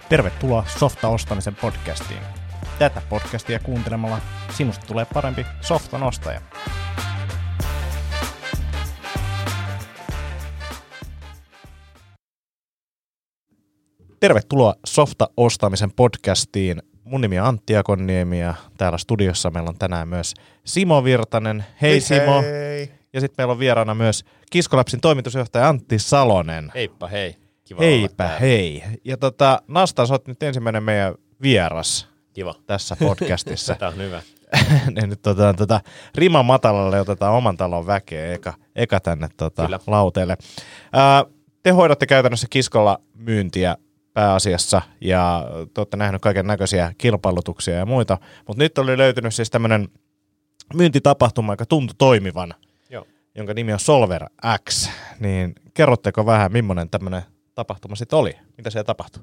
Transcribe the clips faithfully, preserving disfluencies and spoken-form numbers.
Tervetuloa Softa-ostamisen podcastiin. Tätä podcastia kuuntelemalla sinusta tulee parempi softan ostaja. Tervetuloa Softa-ostamisen podcastiin. Mun nimi on Antti Akonniemi ja täällä studiossa meillä on tänään myös Simo Virtanen. Hei, hei Simo. Hei. Ja sitten meillä on vieraana myös Kiskolapsin toimitusjohtaja Antti Salonen. Heippa hei. Kiva Heipä hei. Ja tota, Nasta, sä oot nyt ensimmäinen meidän vieras. Kiva. Tässä podcastissa. Tämä on hyvä. Nyt otetaan tota, riman matalalle, otetaan oman talon väkeä eka, eka tänne tota, lauteelle. Ää, te hoidatte käytännössä Kiskolla myyntiä pääasiassa ja te olette nähneet kaiken näköisiä kilpailutuksia ja muita, mutta nyt oli löytynyt siis tämmöinen myyntitapahtuma, joka tuntui toimivan, Joo. jonka nimi on Solver X. Niin kerrotteko vähän, millainen tämmöinen tapahtuma sitten oli? Mitä siellä tapahtui?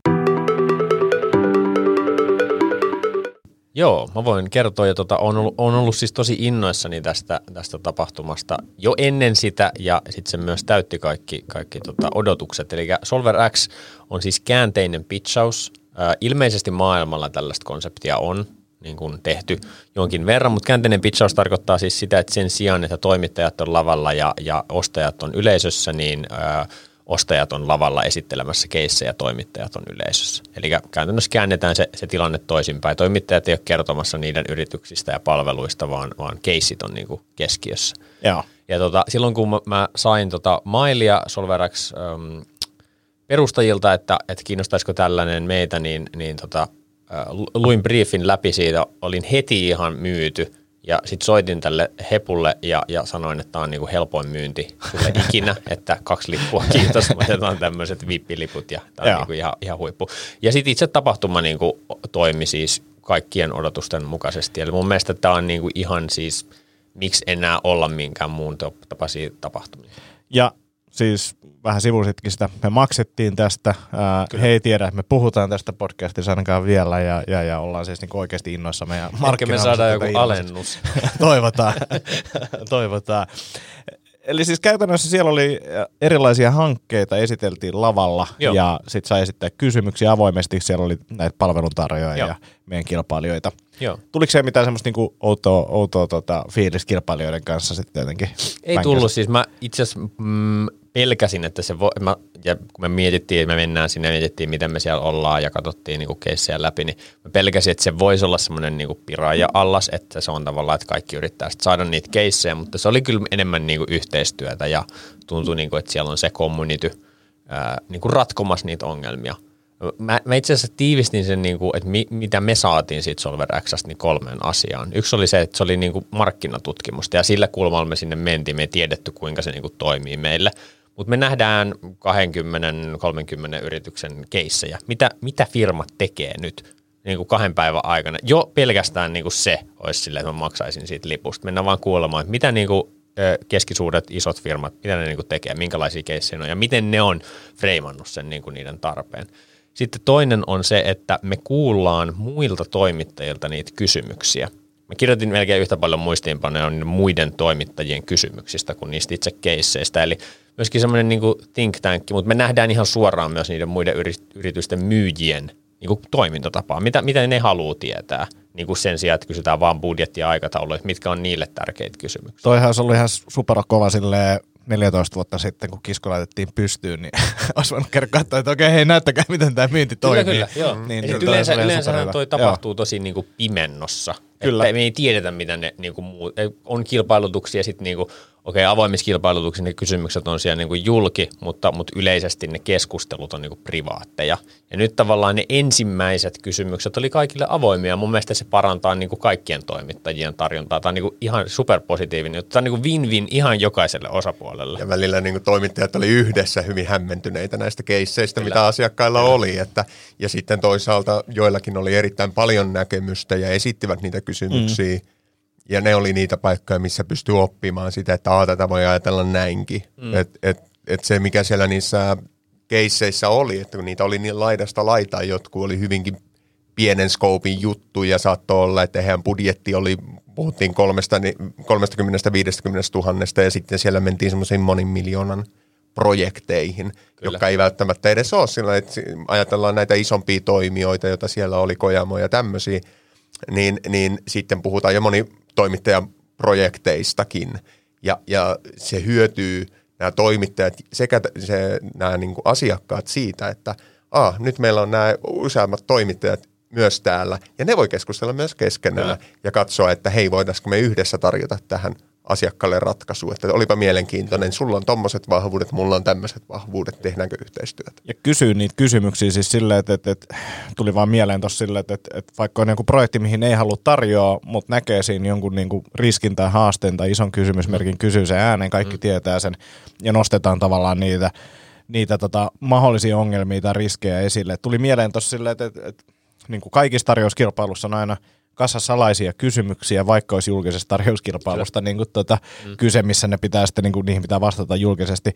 Joo, mä voin kertoa, ja tota, on, ollut, on ollut siis tosi innoissani tästä, tästä tapahtumasta jo ennen sitä, ja sitten se myös täytti kaikki, kaikki tota, odotukset. Eli Solver X on siis käänteinen pitchaus. Äh, ilmeisesti maailmalla tällaista konseptia on niin kuin tehty jonkin verran, mutta käänteinen pitchaus tarkoittaa siis sitä, että sen sijaan, että toimittajat on lavalla ja, ja ostajat on yleisössä, niin äh, ostajat on lavalla esittelemässä keissejä ja toimittajat on yleisössä. Eli käytännössä käännetään se, se tilanne toisinpäin. Toimittajat ei ole kertomassa niiden yrityksistä ja palveluista, vaan, vaan keissit on niin kuin keskiössä. Joo. Ja tota, silloin kun mä, mä sain tota mailia SolverX ähm, perustajilta, että, että kiinnostaisiko tällainen meitä, niin, niin tota, äh, luin briefin läpi siitä, olin heti ihan myyty. Ja sitten soitin tälle Hepulle ja, ja sanoin, että tämä on niinku helpoin myynti sulle ikinä, että kaksi lippua, kiitos, mä otetaan tämmöiset V I P-liput ja tämä on niinku ihan, ihan huippu. Ja sitten itse tapahtuma niinku toimi siis kaikkien odotusten mukaisesti. Eli mun mielestä tämä on niinku ihan siis, miksi enää olla minkään muun tapaisia tapahtumia. Ja siis vähän sivusitkin sitä, me maksettiin tästä, ää, he ei tiedä, että me puhutaan tästä podcastissa ainakaan vielä ja, ja, ja ollaan siis niinku oikeasti innoissa meidän markkinoilla. Ehkä me saadaan joku alennus. Toivotaan, toivotaan. Eli siis käytännössä siellä oli erilaisia hankkeita, esiteltiin lavalla. Joo. Ja sitten sai esittää kysymyksiä avoimesti, siellä oli näitä palveluntarjoajia ja meidän kilpailijoita. Joo. Tuliko se mitään semmoista niinku outoa, outoa tota, fiilis kilpailijoiden kanssa sitten jotenkin? Ei tullut, siis mä itse asiassa mm, pelkäsin, että se voi, mä, ja kun me mietittiin, että me mennään sinne ja mietittiin, miten me siellä ollaan ja katsottiin niinku keissejä läpi, niin mä pelkäsin, että se voisi olla semmoinen niinku piraaja-allas, että se on tavallaan, että kaikki yrittää saada niitä keissejä, mutta se oli kyllä enemmän niinku yhteistyötä ja tuntui, niinku, että siellä on se community ää, niinku ratkomassa niitä ongelmia. Mä, mä itse asiassa tiivistin sen, niin kuin, että mi, mitä me saatiin siitä Solver X:stä niin kolmeen asiaan. Yksi oli se, että se oli niin kuin markkinatutkimusta ja sillä kulmalla me sinne mentiin. Me ei tiedetty, kuinka se niin kuin toimii meille. Mutta me nähdään kaksikymmentä kolmekymmentä yrityksen keissejä. Mitä, mitä firmat tekee nyt niin kuin kahden päivän aikana? Jo pelkästään niin kuin se olisi silleen, että mä maksaisin siitä lipusta. Mennään vaan kuulemaan, että mitä niin kuin keskisuuret isot firmat, mitä ne niin kuin tekee, minkälaisia keissejä on ja miten ne on freimannut sen niin kuin niiden tarpeen. Sitten toinen on se, että me kuullaan muilta toimittajilta niitä kysymyksiä. Mä kirjoitin melkein yhtä paljon muistiinpanoja muiden toimittajien kysymyksistä kuin niistä itse keisseistä. Eli myöskin semmoinen niin kuin think tank, mutta me nähdään ihan suoraan myös niiden muiden yritysten myyjien niin kuin toimintatapaa. Mitä, mitä ne haluaa tietää niin kuin sen sijaan, että kysytään vaan budjetti- ja aikatauluja, mitkä on niille tärkeitä kysymyksiä. Toihan olisi ollut ihan superkova silleen neljätoista vuotta sitten, kun Kisko laitettiin pystyyn, niin olisi voinut kerran katsoa, että okei, hei, näyttäkää, miten tämä myynti toimii. Kyllä, kyllä, joo. Niin, niin yleensä yleensähän toi tapahtuu joo. tosi niinku pimennossa. Kyllä. Että me ei tiedetä, mitä ne niinku muut, on kilpailutuksia ja sitten niinku, okei, avoimissa kilpailutuksissa ne kysymykset on siellä niinku julki, mutta, mutta yleisesti ne keskustelut on niinku privaatteja. Ja nyt tavallaan ne ensimmäiset kysymykset oli kaikille avoimia. Mun mielestä se parantaa niinku kaikkien toimittajien tarjontaa. Tämä on niinku ihan superpositiivinen. Tämä on niinku win-win ihan jokaiselle osapuolelle. Ja välillä niinku toimittajat oli yhdessä hyvin hämmentyneitä näistä keisseistä, Kyllä. mitä asiakkailla Kyllä. oli. Että, ja sitten toisaalta joillakin oli erittäin paljon näkemystä ja esittivät niitä kysymyksiä. Mm. Ja ne oli niitä paikkoja, missä pystyy oppimaan sitä, että Aa, tätä voi ajatella näinkin. Mm. Että et, et se, mikä siellä niissä keisseissä oli, että kun niitä oli niin laidasta laitaan, jotkut oli hyvinkin pienen skoopin juttu ja saattoi olla, että heidän budjetti oli, puhuttiin kolmesta, kolmekymmentä viisikymmentä tuhannesta ja sitten siellä mentiin semmoisen monin miljoonan projekteihin, Kyllä. jotka ei välttämättä edes ole sillä, että ajatellaan näitä isompia toimijoita, joita siellä oli, Kojamo ja tämmöisiä, niin, niin sitten puhutaan jo monitoimittajan projekteistakin, ja, ja se hyötyy nämä toimittajat sekä se, nämä niin kuin asiakkaat siitä, että ah, nyt meillä on nämä useammat toimittajat myös täällä, ja ne voi keskustella myös keskenään Kyllä. ja katsoa, että hei, voitaisiinko me yhdessä tarjota tähän asiakkaalle ratkaisu, että olipa mielenkiintoinen, sulla on tommoset vahvuudet, mulla on tämmöiset vahvuudet, tehdäänkö yhteistyötä? Ja kysyy niitä kysymyksiä siis silleen, että, että, että tuli vaan mieleen tuossa silleen, että, että, että vaikka on joku projekti, mihin ei halua tarjoa, mutta näkee siinä jonkun niin kuin riskin tai haasteen tai ison kysymysmerkin, kysyy sen ääneen, kaikki mm. tietää sen ja nostetaan tavallaan niitä, niitä tota, mahdollisia ongelmia tai riskejä esille. Tuli mieleen tuossa silleen, että, että, että niin kuin kaikissa tarjouskilpailussa on aina kassa salaisia kysymyksiä, vaikka olisi julkisesta tarjouskilpailusta niin kuin tuota, mm. kyse, missä ne pitää sitten, niin kuin, niihin pitää vastata julkisesti.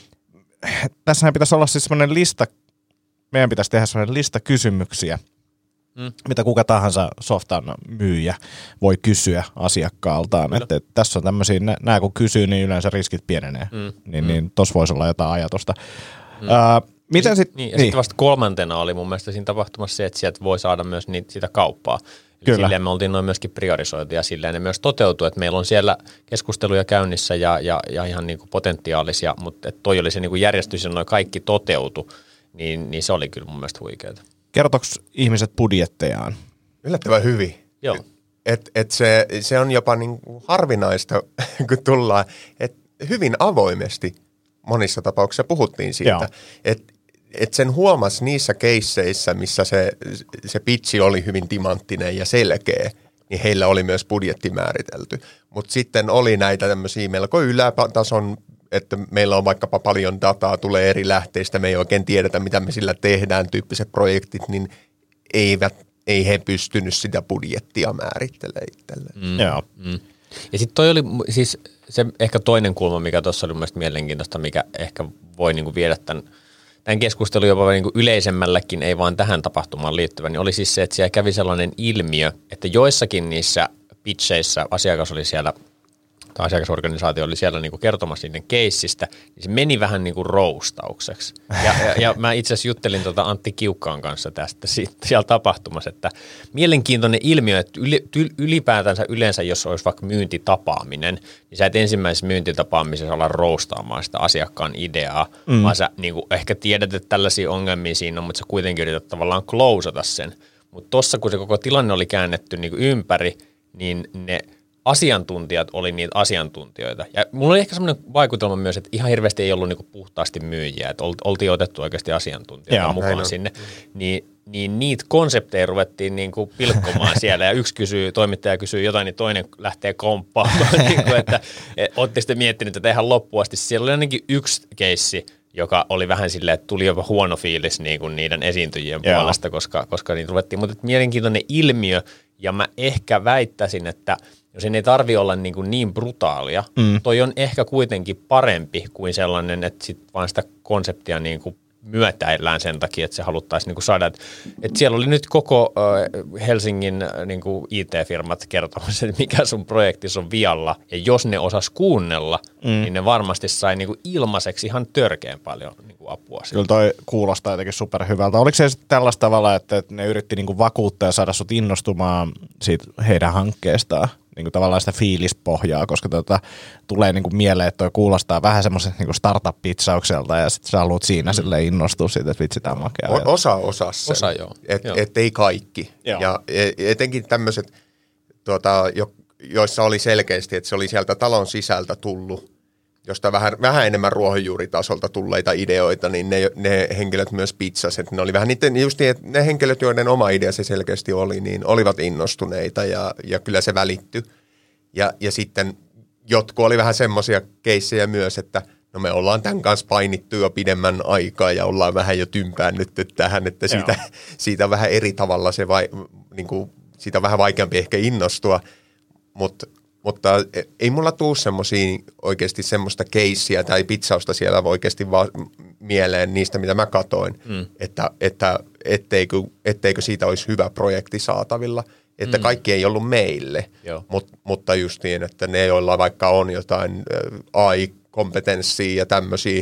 Tässähän pitäisi olla siis semmoinen lista, meidän pitäisi tehdä semmoinen lista kysymyksiä, mm. mitä kuka tahansa softan myyjä voi kysyä asiakkaaltaan. Että, että tässä on tämmöisiä, nämä kun kysyy, niin yleensä riskit pienenee. Mm. Niin, niin tuossa voisi olla jotain ajatusta. Mm. Uh, Miten sit, niin, ja niin. sitten vasta kolmantena oli mun mielestä siinä tapahtumassa se, että sieltä voi saada myös niitä, sitä kauppaa. Eli silleen me oltiin noin myöskin priorisoitu ja silleen ne myös toteutui, että meillä on siellä keskusteluja käynnissä ja, ja, ja ihan niin kuin potentiaalisia, mutta että toi oli se niin kuin järjestys ja noin kaikki toteutui, niin, niin se oli kyllä mun mielestä huikeaa. Kertoiko ihmiset budjettejaan? Yllättävän hyvin. Joo. Et, et se, se on jopa niin kuin harvinaista, kun tullaan, että hyvin avoimesti monissa tapauksissa puhuttiin siitä, että et sen huomasi niissä keisseissä, missä se, se pitchi oli hyvin timanttinen ja selkeä, niin heillä oli myös budjetti määritelty. Mutta sitten oli näitä tämmöisiä melko ylätason, että meillä on vaikkapa paljon dataa, tulee eri lähteistä, me ei oikein tiedetä, mitä me sillä tehdään, tyyppiset projektit, niin eivät, ei he pystynyt sitä budjettia määrittelemään itselleen. Mm. Joo. Mm. Ja sitten toi oli siis se ehkä toinen kulma, mikä tuossa oli mun mielestä mielenkiintoista, mikä ehkä voi niinku viedä tämän Tämän keskustelun jopa niin kuin yleisemmälläkin, ei vaan tähän tapahtumaan liittyvän, niin oli siis se, että siellä kävi sellainen ilmiö, että joissakin niissä pitcheissä asiakas oli siellä, tai asiakasorganisaatio oli siellä niin kuin kertomassa niiden keissistä, niin se meni vähän niin kuin roustaukseksi. Ja, ja, ja mä itse asiassa juttelin tuota Antti Kiukkaan kanssa tästä siitä, siellä tapahtumassa, että mielenkiintoinen ilmiö, että ylipäätänsä yleensä, jos olisi vaikka myyntitapaaminen, niin sä et ensimmäisessä myyntitapaamisessa olla roustaamaan sitä asiakkaan ideaa, mm. vaan sä niin kuin ehkä tiedät, että tällaisia ongelmia siinä on, mutta sä kuitenkin yrität tavallaan closeata sen. Mutta tossa, kun se koko tilanne oli käännetty niin kuin ympäri, niin ne asiantuntijat oli niitä asiantuntijoita. Ja mulla oli ehkä semmoinen vaikutelma myös, että ihan hirveästi ei ollut niinku puhtaasti myyjiä, että oltiin otettu oikeasti asiantuntijoita Jaa, mukaan sinne. Niin, niin niitä konsepteja ruvettiin niinku pilkkomaan siellä, ja yksi kysyy, toimittaja kysyy jotain, niin toinen lähtee komppaamaan. niin että ootte sitten miettinyt tätä ihan loppuun asti. Siellä oli ainakin yksi keissi, joka oli vähän silleen, että tuli jopa huono fiilis niin kuin niiden esiintyjien Jaa. puolesta, koska, koska niitä ruvettiin. Mutta mielenkiintoinen ilmiö, ja mä ehkä väittäisin, että jos ei tarvitse olla niin, kuin niin brutaalia, mm. toi on ehkä kuitenkin parempi kuin sellainen, että sit vaan sitä konseptia niin kuin myötäillään sen takia, että se haluttaisiin niin kuin saada. Että, että siellä oli nyt koko äh, Helsingin äh, niin kuin I T-firmat kertomassa, että mikä sun projektissa on vialla. Ja jos ne osas kuunnella, mm. niin ne varmasti sai niin kuin ilmaiseksi ihan törkeän paljon niin kuin apua. Kyllä toi kuulostaa jotenkin superhyvältä. Oliko se tällaista tavalla, että ne yritti niin kuin vakuuttaa ja saada sut innostumaan siitä heidän hankkeestaan? Niin kuin tavallaan sitä fiilispohjaa, koska tota, tulee niin kuin mieleen, että toi kuulostaa vähän semmoisen niin kuin startup-pitsaukselta ja sitten sä haluat siinä mm. silleen innostua siitä, että vitsi tää on makea. O- osa osaa sen, osa, joo. Et, et ei kaikki. Joo. Ja etenkin tämmöiset, tuota, jo, joissa oli selkeästi, että se oli sieltä talon sisältä tullut, josta vähän, vähän enemmän ruohonjuuritasolta tulleita ideoita, niin ne, ne henkilöt myös pitsasivat. Ne oli vähän niiden, just niin, että ne henkilöt, joiden oma idea se selkeästi oli, niin olivat innostuneita ja, ja kyllä se välittyi. Ja, ja sitten jotkut oli vähän semmoisia keissejä myös, että no me ollaan tämän kanssa painittu jo pidemmän aikaa ja ollaan vähän jo tympäännytty tähän, että siitä, siitä vähän eri tavalla se vai, niin kuin, siitä on vähän vaikeampi ehkä innostua, mutta Mutta ei mulla tuu semmosia oikeasti semmoista keissiä tai pitsausta siellä oikeasti vaan mieleen niistä, mitä mä katoin, mm. että, että etteikö, etteikö siitä olisi hyvä projekti saatavilla. Että mm. kaikki ei ollut meille, Mut, mutta just niin, että ne, joilla vaikka on jotain A I-kompetenssia ja tämmöisiä,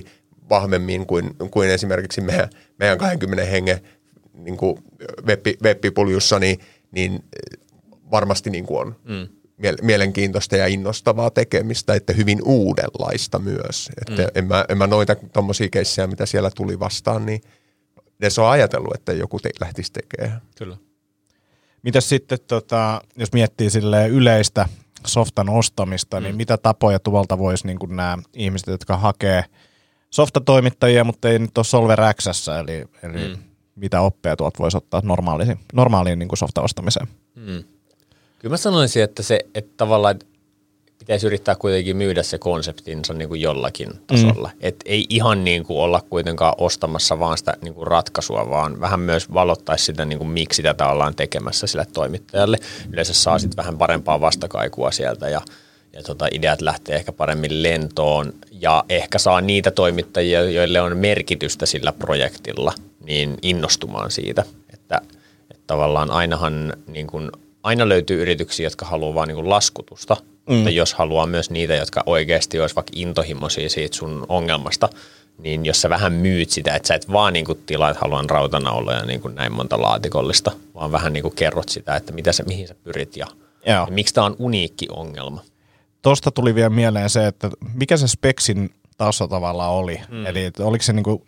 vahvemmin kuin, kuin esimerkiksi meidän, meidän kaksikymmentä hengen niin kuin web-puljussa, niin, niin varmasti niin kuin on mm. mielenkiintoista ja innostavaa tekemistä, että hyvin uudenlaista myös. Että mm. en, mä, en mä noita tommosia keissejä, mitä siellä tuli vastaan, niin edes on ajatellut, että joku te, lähtisi tekemään. Kyllä. Mitäs sitten, tota, jos miettii silleen yleistä softan ostamista, mm. niin mitä tapoja tuolta voisi niin kuin nämä ihmiset, jotka hakee softatoimittajia, mutta ei nyt ole Solver X:ssä, eli, eli mm. mitä oppeja tuolta voisi ottaa normaaliin, normaaliin niin kuin softa-ostamiseen? Mm. Kyllä mä sanoisin, että se että tavallaan pitäisi yrittää kuitenkin myydä se konseptinsa niin kuin jollakin tasolla. Mm. Että ei ihan niin kuin olla kuitenkaan ostamassa vaan sitä niin kuin ratkaisua, vaan vähän myös valottaisi sitä, niin kuin miksi tätä ollaan tekemässä sille toimittajalle. Yleensä saa sitten vähän parempaa vastakaikua sieltä ja, ja tota, ideat lähtee ehkä paremmin lentoon ja ehkä saa niitä toimittajia, joille on merkitystä sillä projektilla, niin innostumaan siitä. Että, että tavallaan ainahan niin kuin aina löytyy yrityksiä, jotka haluaa vaan niin kuin laskutusta, mm. mutta jos haluaa myös niitä, jotka oikeasti olisi vaikka intohimoisia siitä sun ongelmasta, niin jos sä vähän myyt sitä, että sä et vaan niin kuin tilaa, että haluan rautanauloja niin kuin näin monta laatikollista, vaan vähän niin kuin kerrot sitä, että mitä sä, mihin sä pyrit ja, ja miksi tämä on uniikki ongelma. Tuosta tuli vielä mieleen se, että mikä se speksin taso tavallaan oli. Mm. Eli että oliko se niin kuin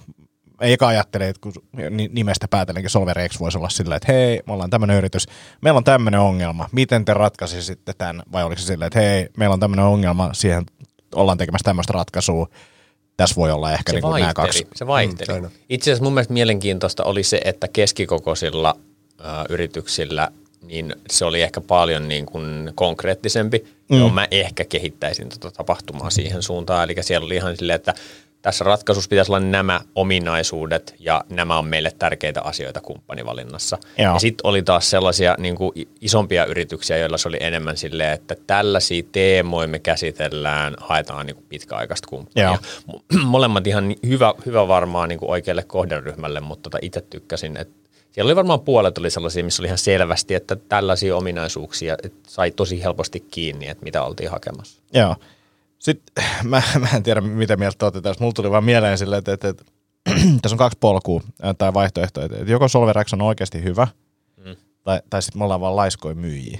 eikä ajattele, että kun nimestä päätelenkin Solver X voisi olla sillä, että hei, me ollaan tämmöinen yritys, meillä on tämmöinen ongelma, miten te ratkaisisitte tämän, vai oliko se sillä, että hei, meillä on tämmöinen ongelma, siihen ollaan tekemässä tämmöistä ratkaisua, tässä voi olla ehkä niin kuin nämä kaksi. Se vaihteli. Mm, Itse asiassa mun mielestä mielenkiintoista oli se, että keskikokoisilla ö, yrityksillä, niin se oli ehkä paljon niin kuin konkreettisempi, mm. joo, mä ehkä kehittäisin tuota tapahtumaa siihen suuntaan, eli siellä oli ihan silleen, että tässä ratkaisussa pitäisi olla nämä ominaisuudet ja nämä on meille tärkeitä asioita kumppanivalinnassa. Joo. Ja sitten oli taas sellaisia niin kuin isompia yrityksiä, joilla se oli enemmän silleen, että tällaisia teemoja me käsitellään, haetaan niin kuin pitkäaikaista kumppania. Molemmat ihan hyvä, hyvä varmaan niin kuin oikealle kohderyhmälle, mutta tota itse tykkäsin, että siellä oli varmaan puolet oli sellaisia, missä oli ihan selvästi, että tällaisia ominaisuuksia että sai tosi helposti kiinni, että mitä oltiin hakemassa. Joo. Sitten mä, mä en tiedä, mitä mieltä olette tässä. Mulla tuli vaan mieleen silleen, että, että, että tässä on kaksi polkua tai vaihtoehtoja. Että joko Solver X on oikeasti hyvä, mm. tai, tai sitten me ollaan vaan laiskoja myyjiä.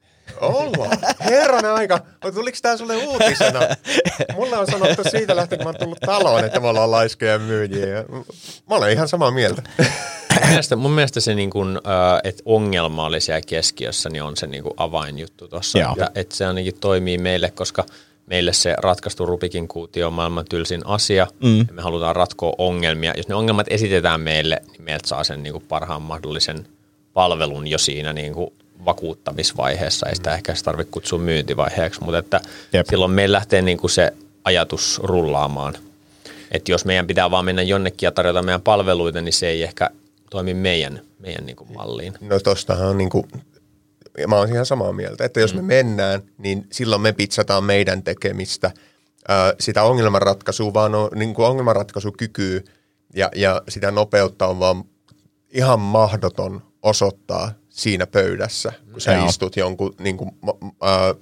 Ollaan. Herranen aika. Tuliko tää sulle uutisena? Mulle on sanottu siitä lähtien, kun mä oon tullut taloon, että me ollaan laiskoja myyjiä. Mä olen ihan samaa mieltä. Mun mielestä, mun mielestä se, niin kun, että ongelma oli siellä keskiössä, niin on se niin kun avainjuttu tuossa. Että se ainakin toimii meille, koska meille se ratkaistu Rubikin kuutio on maailman tylsin asia, mm. ja me halutaan ratkoa ongelmia. Jos ne ongelmat esitetään meille, niin meiltä saa sen niin kuin parhaan mahdollisen palvelun jo siinä niin kuin vakuuttamisvaiheessa. Ei sitä ehkä tarvitse kutsua myyntivaiheeksi, mutta että silloin meillä lähtee niin kuin se ajatus rullaamaan. Että jos meidän pitää vaan mennä jonnekin ja tarjota meidän palveluita, niin se ei ehkä toimi meidän, meidän niin kuin malliin. No tostahan on niin kuin mä oon ihan samaa mieltä, että jos me mennään, niin silloin me pitsataan meidän tekemistä, ää, sitä ongelmanratkaisua, vaan on, niin kuin ongelmanratkaisukykyä ja, ja sitä nopeutta on vaan ihan mahdoton osoittaa siinä pöydässä, kun sä Joo. istut jonkun niin kuin, ää,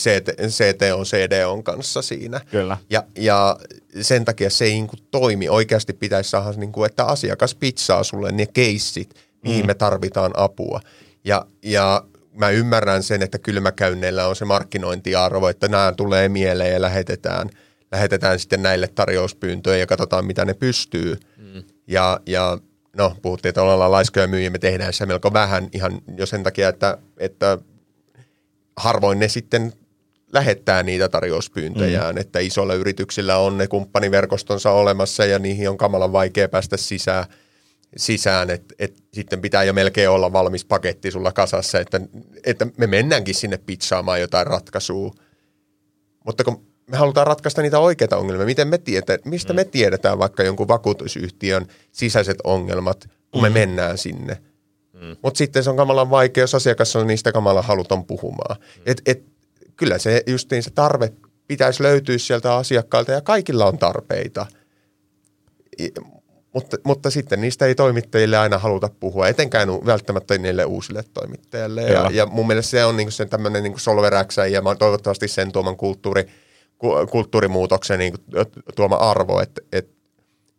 C T on C D on kanssa siinä. Kyllä. Ja, ja sen takia se ei niin kuin toimi. Oikeasti pitäisi saada, niin kuin, että asiakas pitsaa sulle ne keissit, mihin mm. me tarvitaan apua. Ja, ja mä ymmärrän sen, että kylmäkäynneillä on se markkinointiarvo, että nämä tulee mieleen ja lähetetään, lähetetään sitten näille tarjouspyyntöjä ja katsotaan, mitä ne pystyy. Mm. Ja, ja no, puhuttiin, että ollaan laiskoja myyjiä, me tehdään se melko vähän ihan jo sen takia, että, että harvoin ne sitten lähettää niitä tarjouspyyntöjään, mm. että isoilla yrityksillä on ne kumppaniverkostonsa olemassa ja niihin on kamalan vaikea päästä sisään. sisään, että et sitten pitää jo melkein olla valmis paketti sulla kasassa, että, että me mennäänkin sinne pitsaamaan jotain ratkaisua. Mutta kun me halutaan ratkaista niitä oikeita ongelmia, miten me tiedetään, mistä mm. me tiedetään vaikka jonkun vakuutusyhtiön sisäiset ongelmat, kun mm. me mennään sinne. Mm. Mutta sitten se on kamalan vaikea, jos asiakas on niistä kamalan haluton puhumaan. Mm. Et, et, kyllä se justiin se tarve pitäisi löytyä sieltä asiakkailta ja kaikilla on tarpeita. Mutta, mutta sitten niistä ei toimittajille aina haluta puhua, etenkään välttämättä niille uusille toimittajille. Ja, ja mun mielestä se on niinku sen tämmöinen niinku Solver X ja toivottavasti sen tuoman kulttuuri, kulttuurimuutoksen niinku tuoma arvo, että et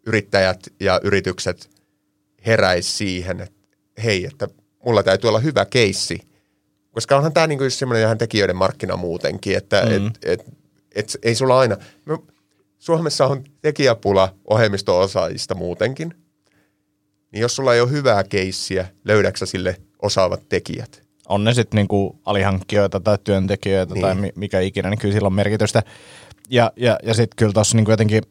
yrittäjät ja yritykset heräisi siihen, että hei, että mulla täytyy olla hyvä keissi. Koska onhan tämä niinku semmoinen ihan tekijöiden markkina muutenkin, että mm. et, et, et, ei sulla aina... Me, Suomessa on tekijäpula ohjelmisto-osaajista muutenkin. Niin jos sulla ei ole hyvää keissiä, löydäksä sille osaavat tekijät? On ne sitten niinku alihankkijoita tai työntekijöitä niin. tai mikä ikinä, niin kyllä sillä on merkitystä. Ja, ja, ja sitten kyllä tuossa niinku jotenkin...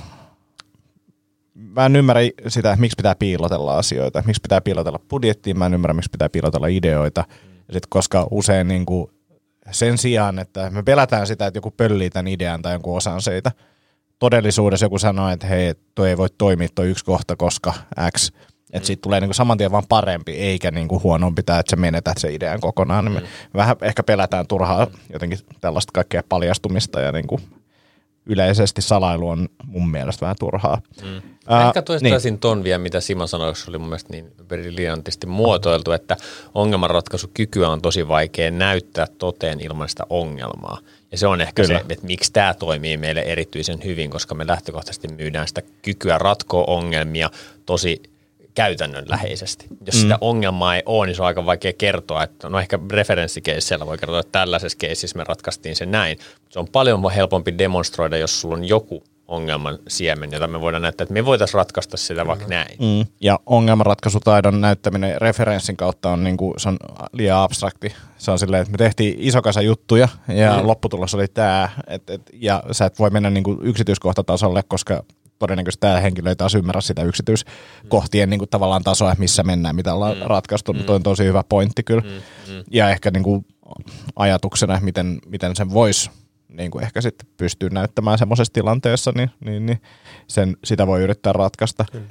Mä en ymmärrä sitä, miksi pitää piilotella asioita, miksi pitää piilotella budjettiin, mä en ymmärrä, miksi pitää piilotella ideoita. Ja sit, koska usein niinku sen sijaan, että me pelätään sitä, että joku pöllii tämän idean tai jonkun osan siitä, todellisuudessa joku sanoo, että hei, toi ei voi toimia toi yksi kohta, koska X, että mm. siitä tulee niinku saman tien vaan parempi, eikä niinku huonompi, että sä menetät sen idean kokonaan. Mm. Niin me vähän ehkä pelätään turhaa jotenkin tällaista kaikkea paljastumista ja niinku yleisesti salailu on mun mielestä vähän turhaa. Mm. Uh, Ehkä toistaisin niin. ton vielä, mitä Simo sanoi, se oli mun mielestä niin briljantisti muotoiltu, että ongelmanratkaisukykyä on tosi vaikea näyttää toteen ilman sitä ongelmaa. Ja se on ehkä Kyllä. se, että miksi tämä toimii meille erityisen hyvin, koska me lähtökohtaisesti myydään sitä kykyä ratkoa ongelmia tosi käytännönläheisesti. Jos mm. sitä ongelmaa ei ole, niin se on aika vaikea kertoa, että no ehkä referenssikeisseillä voi kertoa, että tällaisessa keississä me ratkaistiin se näin. Se on paljon helpompi demonstroida, jos sulla on joku ongelman siemen, jota me voidaan näyttää, että me voitaisiin ratkaista sitä vaikka näin. Mm. Ja ongelmanratkaisutaidon näyttäminen referenssin kautta on, niinku, se on liian abstrakti. Se on silleen, että me tehtiin iso kasa juttuja ja mm. lopputulos oli tämä, et, et, ja sä et voi mennä niinku yksityiskohtatasolle, koska todennäköisesti tämä henkilö ei taas ymmärrä sitä yksityiskohtien niin kuin tavallaan tasoa, missä mennään, mitä ollaan mm. ratkaistu. Mm. Toi on tosi hyvä pointti kyllä. Mm. Mm. Ja ehkä niin kuin ajatuksena, miten, miten sen voisi niin kuin ehkä sitten pystyä näyttämään semmoisessa tilanteessa, niin, niin, niin sen, sitä voi yrittää ratkaista. Mm.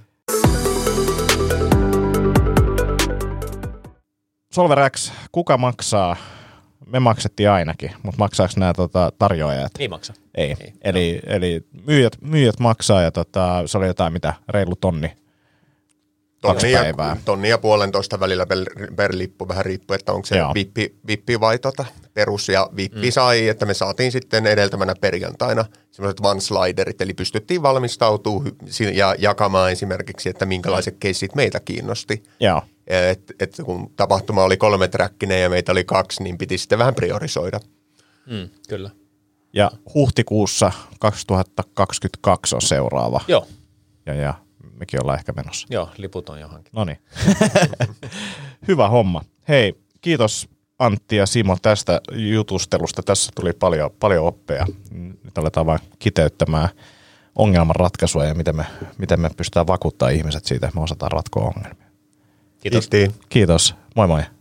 Solver X, kuka maksaa? Me maksettiin ainakin, mutta maksaako nämä tota, tarjoajat? Ei maksa. Ei. Ei. Eli, no. eli myyjät, myyjät maksaa ja tota, se oli jotain mitä, reilu tonni? Tonni ja, tonni ja puolentoista välillä per, per lippu, vähän riippuu, että onko se vippi, vippi vai tota, perus. Ja vippi mm. sai, että me saatiin sitten edeltävänä perjantaina sellaiset one-sliderit, eli pystyttiin valmistautumaan ja jakamaan esimerkiksi, että minkälaiset keissit meitä kiinnosti. Joo. Että et kun tapahtuma oli kolme träkkinen ja meitä oli kaksi, niin piti sitten vähän priorisoida. Mm, kyllä. Ja huhtikuussa kaksituhattakaksikymmentäkaksi on seuraava. Joo. Ja, ja mekin ollaan ehkä menossa. Joo, liput on johonkin. Noniin. Hyvä homma. Hei, kiitos Antti ja Simo tästä jutustelusta. Tässä tuli paljon, paljon oppeja. Nyt aletaan vain kiteyttämään ongelmanratkaisua ja miten me, miten me pystytään vakuuttamaan ihmiset siitä, että me osataan ratkoa ongelmia. Kiitos. Kiitos. Moi moi.